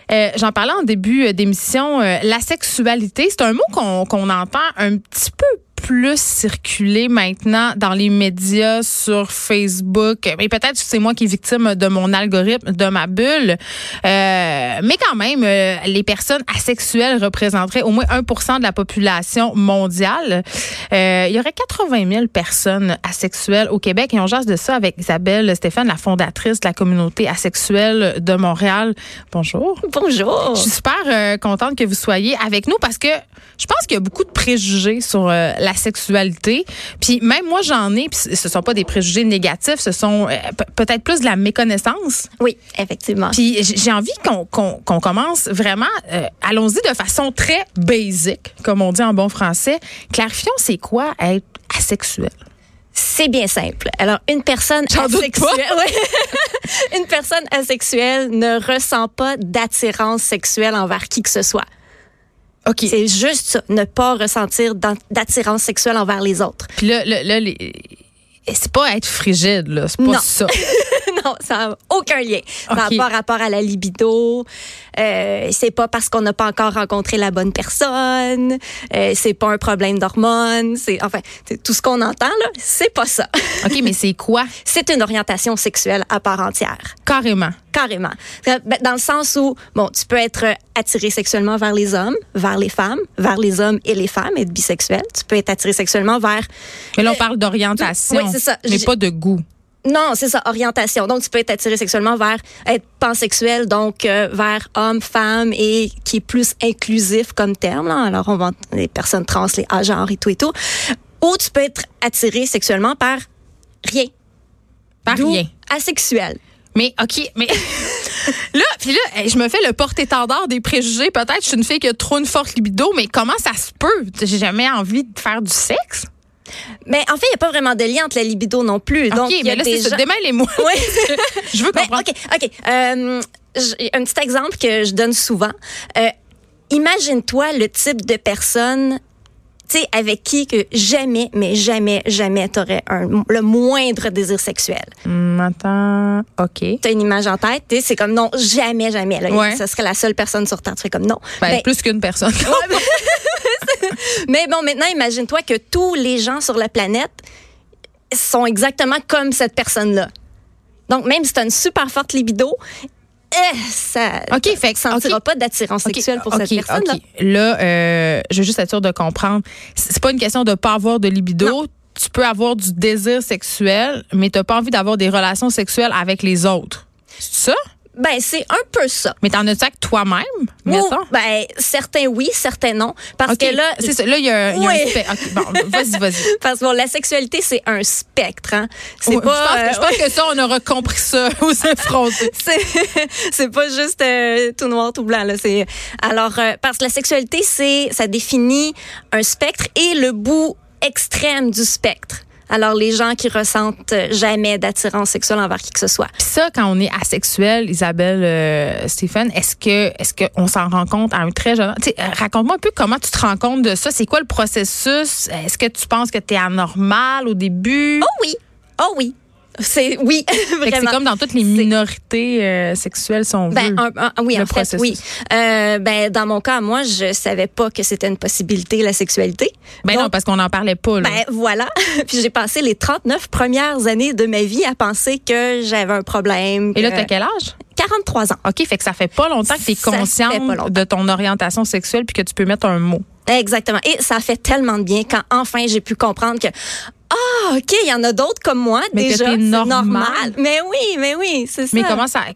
J'en parlais en début d'émission. La sexualité, c'est un mot qu'on entend un petit peu plus circuler maintenant dans les médias, sur Facebook. Mais peut-être que c'est moi qui est victime de mon algorithme, de ma bulle. Mais quand même, les personnes asexuelles représenteraient au moins 1% de la population mondiale. Il y aurait 80 000 personnes asexuelles au Québec et on jase de ça avec Isabelle Stéphane, la fondatrice de la communauté asexuelle de Montréal. Bonjour. Bonjour. Je suis super contente que vous soyez avec nous parce que je pense qu'il y a beaucoup de préjugés sur la sexualité. Puis même moi, j'en ai, puis ce sont pas des préjugés négatifs, ce sont peut-être plus de la méconnaissance. Oui, effectivement. Puis j'ai envie qu'on commence vraiment, allons-y de façon très basic, comme on dit en bon français. Clarifions, c'est quoi être asexuel? C'est bien simple. Alors, une personne une personne asexuelle ne ressent pas d'attirance sexuelle envers qui que ce soit. OK. C'est juste ça, ne pas ressentir d'attirance sexuelle envers les autres. Puis là c'est pas être frigide, là. C'est pas ça. Non, ça n'a aucun lien. Ça n'a pas rapport à la libido. C'est pas parce qu'on n'a pas encore rencontré la bonne personne. C'est pas un problème d'hormones. C'est tout ce qu'on entend, là, c'est pas ça. OK, mais c'est quoi? C'est une orientation sexuelle à part entière. Carrément. Dans le sens où, tu peux être attiré sexuellement vers les hommes, vers les femmes, vers les hommes et les femmes, être bisexuel. Tu peux être attiré sexuellement vers... Mais là, on parle d'orientation. Oui, c'est ça. Mais pas de goût. Non, c'est ça, orientation. Donc, tu peux être attiré sexuellement vers être pansexuel, donc vers homme, femme, et qui est plus inclusif comme terme. Là. Alors, on va les personnes trans, les agenres et tout et tout. Ou tu peux être attiré sexuellement par rien. Par rien. Asexuel. Mais, OK, mais là, je me fais le porte-étendard des préjugés. Peut-être je suis une fille qui a trop une forte libido, mais comment ça se peut? J'ai jamais envie de faire du sexe? Mais en fait, il n'y a pas vraiment de lien entre la libido non plus. OK, donc, mais là, c'est ça. Démêlez-moi. Oui. Je veux comprendre. OK. Un petit exemple que je donne souvent. Imagine-toi le type de personne... Tu sais, avec qui que jamais t'aurais le moindre désir sexuel. Attends, OK. T'as une image en tête, tu sais, c'est comme non, jamais. Là, ouais. Ça serait la seule personne sur Terre. Tu fais comme non. Plus qu'une personne. Mais bon, maintenant, imagine-toi que tous les gens sur la planète sont exactement comme cette personne-là. Donc, même si t'as une super forte libido, ça ne sentira pas d'attirance sexuelle pour cette personne-là. OK. Là, je veux juste être sûre de comprendre. C'est pas une question de pas avoir de libido. Non. Tu peux avoir du désir sexuel, mais t'as pas envie d'avoir des relations sexuelles avec les autres. C'est ça? Ben, c'est un peu ça. Mais t'en as-tu avec toi-même, mettons? Ben, certains oui, certains non. Parce que là... C'est ça. Là, il y a un spectre. OK, bon, vas-y. Parce que la sexualité, c'est un spectre, hein. C'est pas... Je pense que ça, on aura compris ça aux effrontés. C'est pas juste tout noir, tout blanc, là. Alors, parce que la sexualité, ça définit un spectre et le bout extrême du spectre. Alors, les gens qui ressentent jamais d'attirance sexuelle envers qui que ce soit. Puis ça, quand on est asexuel, Isabelle Stéphane, est-ce qu'on s'en rend compte à un très jeune âge? Raconte-moi un peu comment tu te rends compte de ça. C'est quoi le processus? Est-ce que tu penses que tu es anormal au début? Oh oui. Oui, vraiment. C'est comme dans toutes les minorités sexuelles, si on veut. Oui, en fait, oui. Dans mon cas, moi, je savais pas que c'était une possibilité, la sexualité. Donc, non, parce qu'on n'en parlait pas, là. Voilà. Puis j'ai passé les 39 premières années de ma vie à penser que j'avais un problème. Et là, t'as quel âge? 43 ans. OK, fait que ça fait pas longtemps que tu es consciente de ton orientation sexuelle puis que tu peux mettre un mot. Exactement. Et ça fait tellement de bien quand enfin j'ai pu comprendre que OK, il y en a d'autres comme moi, mais déjà, c'est normal. Mais oui, c'est ça. Mais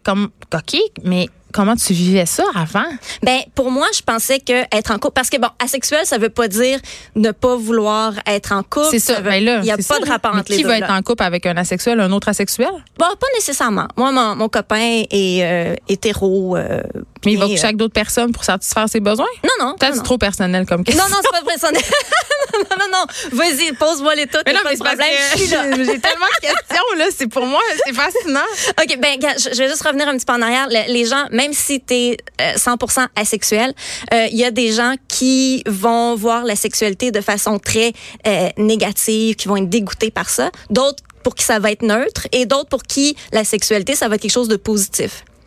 OK, mais comment tu vivais ça avant? Ben, pour moi, je pensais que être en couple, parce que asexuel, ça veut pas dire ne pas vouloir être en couple. C'est ça. Il y a pas de rapport entre les deux. Qui veut être en couple avec un asexuel, un autre asexuel? Bon, pas nécessairement. Moi, mon copain est hétéro. Mais il va coucher avec d'autres personnes pour satisfaire ses besoins? Non. Peut-être c'est trop personnel comme question. Non, c'est pas personnel. non. Vas-y, pose-moi les toutes. Mais non, mais c'est parce que j'ai tellement de questions, là. C'est pour moi, c'est fascinant. OK, je vais juste revenir un petit peu en arrière. Les gens, même si t'es 100% asexuel, il y a des gens qui vont voir la sexualité de façon très négative, qui vont être dégoûtés par ça. D'autres pour qui ça va être neutre et d'autres pour qui la sexualité, ça va être quelque chose de positif.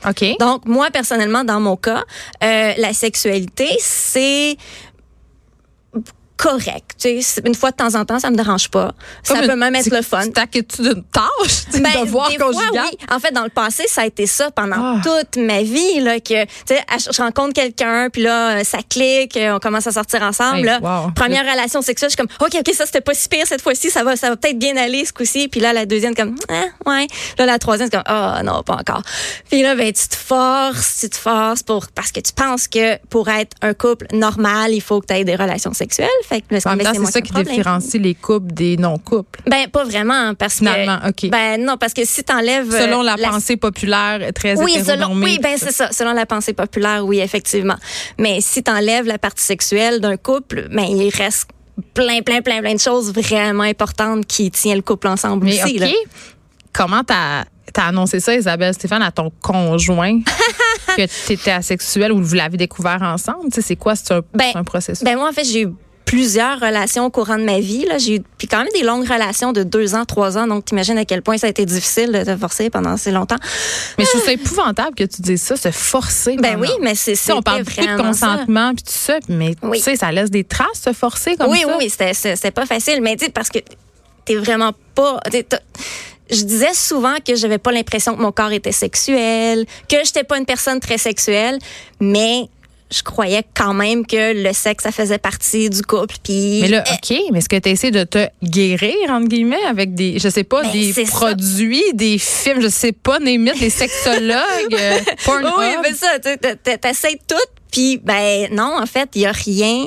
OK. Donc, moi, personnellement, dans mon cas, la sexualité, c'est correct. Tu sais, une fois de temps en temps, ça me dérange pas. Ça peut même être le fun. T'inquiètes-tu d'une tâche? Ben, devoir des fois, conjugal? oui. En fait, dans le passé, ça a été ça pendant toute ma vie. Là, que, tu sais, je rencontre quelqu'un, puis là, ça clique, on commence à sortir ensemble. Hey, là. wow. Première relation sexuelle, je suis comme, OK, ça, c'était pas si pire cette fois-ci. Ça va peut-être bien aller ce coup-ci. Puis là, la deuxième, comme, ouais. Là, la troisième, c'est comme, non, pas encore. Puis là, ben, tu te forces parce que tu penses que pour être un couple normal, il faut que tu aies des relations sexuelles. Fait que, c'est ça qui différencie les couples des non-couples. Ben, pas vraiment, parce Finalement, que... OK. Ben, non, parce que si t'enlèves... Selon la pensée populaire très hétéronormée. Oui, ben, c'est ça. Selon la pensée populaire, oui, effectivement. Mais si t'enlèves la partie sexuelle d'un couple, ben, il reste plein de choses vraiment importantes qui tiennent le couple ensemble mais aussi, OK. là. Comment t'as annoncé ça, Isabelle Stéphane, à ton conjoint, que t'étais asexuelle ou vous l'avez découvert ensemble? Tu sais, c'est quoi? C'est un processus? Ben, moi, en fait, j'ai eu plusieurs relations au courant de ma vie. Là. J'ai eu puis quand même des longues relations de 2 ans, 3 ans. Donc, t'imagines à quel point ça a été difficile de te forcer pendant assez longtemps. Mais je trouve ça épouvantable que tu dises ça, se forcer. Ben oui, mais c'est ça. On parle beaucoup de consentement puis tout ça, mais tu sais, ça laisse des traces, se forcer comme ça. Oui, c'était pas facile. Mais tu sais, parce que t'es vraiment pas... Je disais souvent que j'avais pas l'impression que mon corps était sexuel, que j'étais pas une personne très sexuelle, mais... je croyais quand même que le sexe, ça faisait partie du couple. Puis, mais là, OK, mais est-ce que tu essaies de te guérir, entre guillemets, avec des, je sais pas, des produits, des films, je sais pas, des sexologues, Pornhub? Oui, mais ça, t'essaies tout, puis ben non, en fait, il y a rien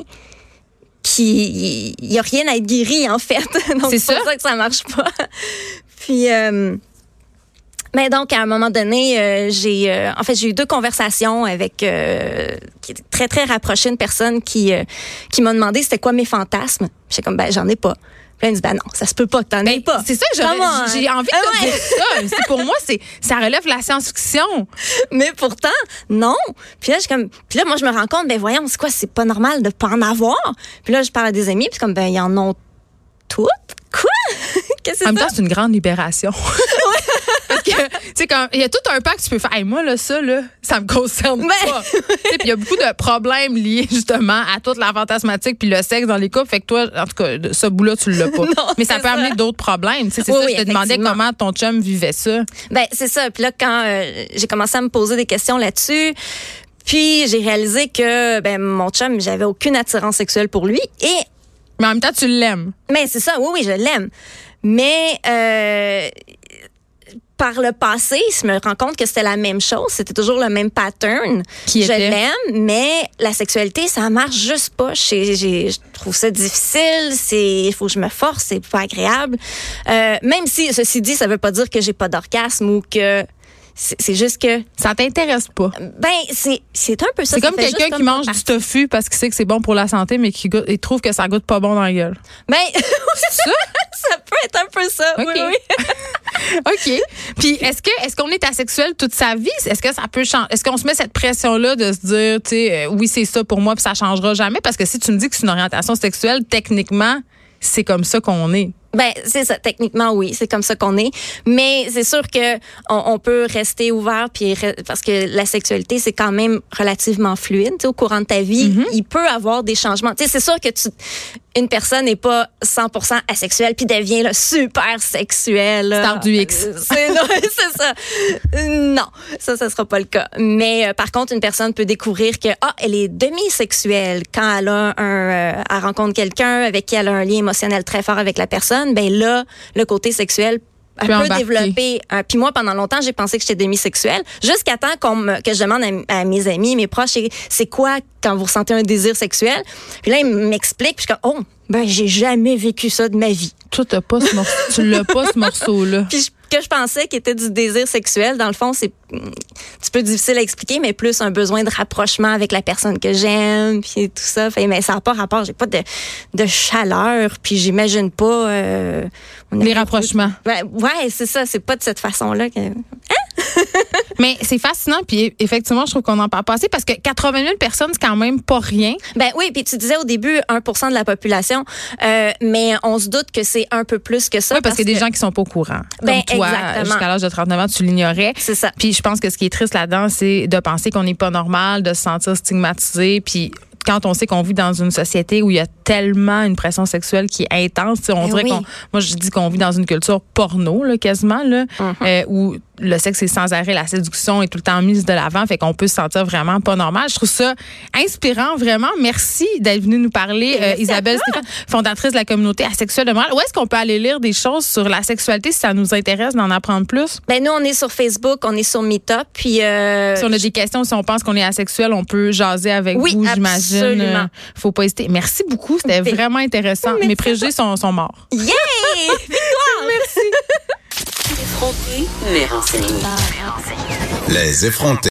à être guéri, en fait. Donc, c'est pour ça que ça marche pas. Puis... mais donc, à un moment donné, j'ai eu 2 conversations avec qui étaient très, très rapprochées, une personne qui m'a demandé c'était quoi mes fantasmes. J'étais comme, j'en ai pas. Puis elle me dit, non, ça se peut pas que t'en aies pas. C'est ça que j'ai envie de te dire ça. Pour moi, ça relève de la science-fiction. Mais pourtant, non. Puis là, moi, je me rends compte, voyons, c'est quoi, c'est pas normal de pas en avoir. Puis là, je parle à des amis, puis comme, ils en ont toutes. Quoi? Qu'est-ce que c'est ça? En même temps, c'est une grande libération. Parce que, tu sais, il y a tout un pas que tu peux faire. Hey, moi, là, ça me concerne pas. Puis il y a beaucoup de problèmes liés, justement, à toute la fantasmatique puis le sexe dans les couples. Fait que toi, en tout cas, ce bout-là, tu l'as pas. Non, mais ça peut amener d'autres problèmes. C'est ça, je te demandais comment ton chum vivait ça. C'est ça. Puis là, quand j'ai commencé à me poser des questions là-dessus, puis j'ai réalisé que, mon chum, j'avais aucune attirance sexuelle pour lui. Mais en même temps, tu l'aimes. Mais c'est ça, oui, je l'aime. Mais par le passé, je me rends compte que c'était la même chose. C'était toujours le même pattern. Je l'aime, mais la sexualité, ça marche juste pas. Je trouve ça difficile. Il faut que je me force. C'est pas agréable. Même si, ceci dit, ça veut pas dire que j'ai pas d'orgasme ou que... C'est juste que... Ça t'intéresse pas. C'est un peu ça. C'est comme quelqu'un qui mange du tofu parce qu'il sait que c'est bon pour la santé, mais il trouve que ça goûte pas bon dans la gueule. C'est ça? Ça peut être un peu ça, okay. Oui. OK. Puis, est-ce qu'on est asexuel toute sa vie? Est-ce que ça peut changer? Est-ce qu'on se met cette pression-là de se dire, tu sais, oui, c'est ça pour moi, puis ça changera jamais? Parce que si tu me dis que c'est une orientation sexuelle, techniquement, c'est comme ça qu'on est. C'est ça. Techniquement, oui, c'est comme ça qu'on est. Mais c'est sûr que on peut rester ouvert, puis parce que la sexualité, c'est quand même relativement fluide. Tu sais, au courant de ta vie, il peut avoir des changements. Tu sais, c'est sûr que une personne n'est pas 100% asexuelle puis devient là, super sexuelle. Star du X. C'est ça. Non, ça sera pas le cas. Mais par contre, une personne peut découvrir que elle est demi-sexuelle quand elle rencontre quelqu'un avec qui elle a un lien émotionnel très fort avec la personne. Là, le côté sexuel peut développer. Puis moi, pendant longtemps, j'ai pensé que j'étais démisexuelle, jusqu'à temps que je demande à mes amis, mes proches, c'est quoi quand vous ressentez un désir sexuel? Puis là, ils m'expliquent, puis je suis comme, j'ai jamais vécu ça de ma vie. Toi, tu l'as pas, ce morceau-là. Puis que je pensais qu'il était du désir sexuel, dans le fond, c'est un petit peu difficile à expliquer, mais plus un besoin de rapprochement avec la personne que j'aime, puis tout ça. Mais ça n'a pas rapport. J'ai pas de chaleur, puis j'imagine pas... les rapprochements. Ouais, c'est ça. C'est pas de cette façon-là que... Hein? Mais c'est fascinant, puis effectivement, je trouve qu'on en parle pas assez parce que 80 000 personnes, c'est quand même pas rien. Ben oui, puis tu disais au début 1% de la population, mais on se doute que c'est un peu plus que ça. Oui, parce qu'il y a des gens qui sont pas au courant. Ben, comme toi, exactement. jusqu'à l'âge de 39 ans, tu l'ignorais. C'est ça. Puis je pense que ce qui est triste là-dedans, c'est de penser qu'on n'est pas normal, de se sentir stigmatisé, puis quand on sait qu'on vit dans une société où il y a tellement une pression sexuelle qui est intense, on dirait moi je dis qu'on vit dans une culture porno là, quasiment là, où le sexe est sans arrêt, la séduction est tout le temps mise de l'avant, fait qu'on peut se sentir vraiment pas normal. Je trouve ça inspirant, vraiment. Merci d'être venue nous parler, Isabelle Stéphane, fondatrice de la communauté asexuelle de Montréal. Où est-ce qu'on peut aller lire des choses sur la sexualité si ça nous intéresse d'en apprendre plus? Ben nous, on est sur Facebook, on est sur Meetup, puis si on a des questions, si on pense qu'on est asexuel, on peut jaser avec vous, j'imagine. Absolument. Faut pas hésiter. Merci beaucoup, c'était vraiment intéressant. Merci. Mes préjugés sont morts. Yeah! Victoire! Merci. Effronté, mais renseigné. Les effrontés.